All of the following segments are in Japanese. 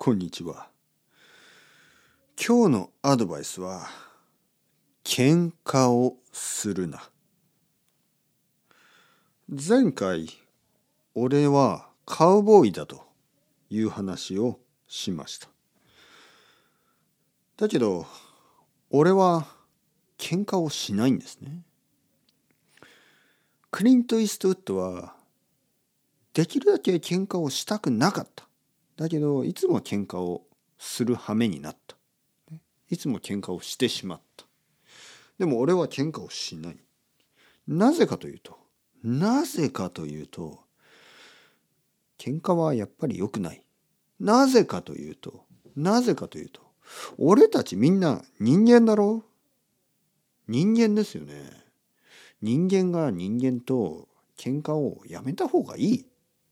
こんにちは。今日のアドバイスは、喧嘩をするな。前回、俺はカウボーイだという話をしました。だけど、俺は喧嘩をしないんですね。クリント・イーストウッドは、できるだけ喧嘩をしたくなかった。だけど、いつも喧嘩をする羽目になった。いつも喧嘩をしてしまった。でも俺は喧嘩をしない。なぜかというと、喧嘩はやっぱり良くない。なぜかというと、俺たちみんな人間だろう？人間ですよね。人間が人間と喧嘩をやめた方がいい。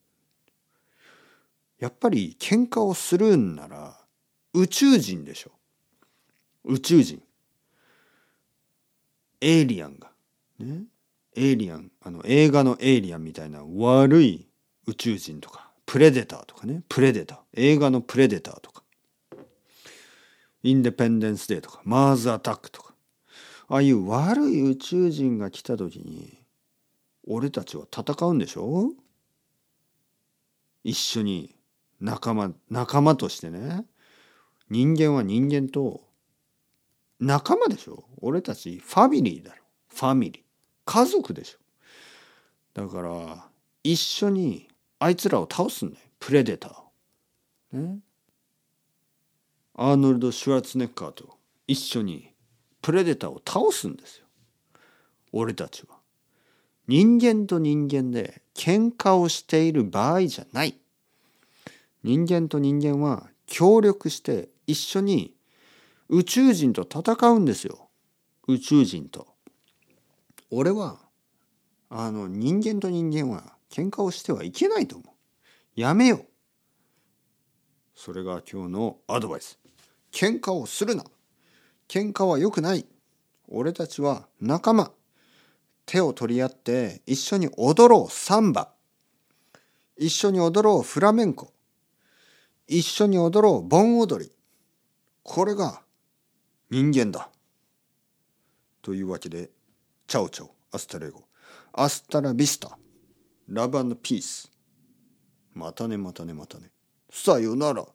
やっぱり喧嘩をするんなら宇宙人でしょ。宇宙人。エイリアンが。ね。エイリアン。映画のエイリアンみたいな悪い宇宙人とか、プレデターとかね。映画のプレデターとか。インデペンデンスデーとか、マーズアタックとか。ああいう悪い宇宙人が来た時に、俺たちは戦うんでしょ？一緒に仲間としてね。人間は人間と仲間でしょ？俺たちファミリーだろ。ファミリー。家族でしょ。だから一緒にあいつらを倒すんだよ。プレデターを。ね。アーノルド・シュワルツェネッガーと一緒にプレデターを倒すんですよ。俺たちは。人間と人間で喧嘩をしている場合じゃない。人間と人間は協力して一緒に宇宙人と戦うんですよ。宇宙人と。俺は人間と人間は喧嘩をしてはいけないと思う。やめよう。それが今日のアドバイス。喧嘩をするな。喧嘩は良くない。俺たちは仲間。手を取り合って一緒に踊ろうサンバ。一緒に踊ろうフラメンコ。一緒に踊ろう盆踊り。これが人間だ。というわけで、チャオチャオ、アスタレゴ、アスタラビスタ、ラブ&ピース。またね。さよなら。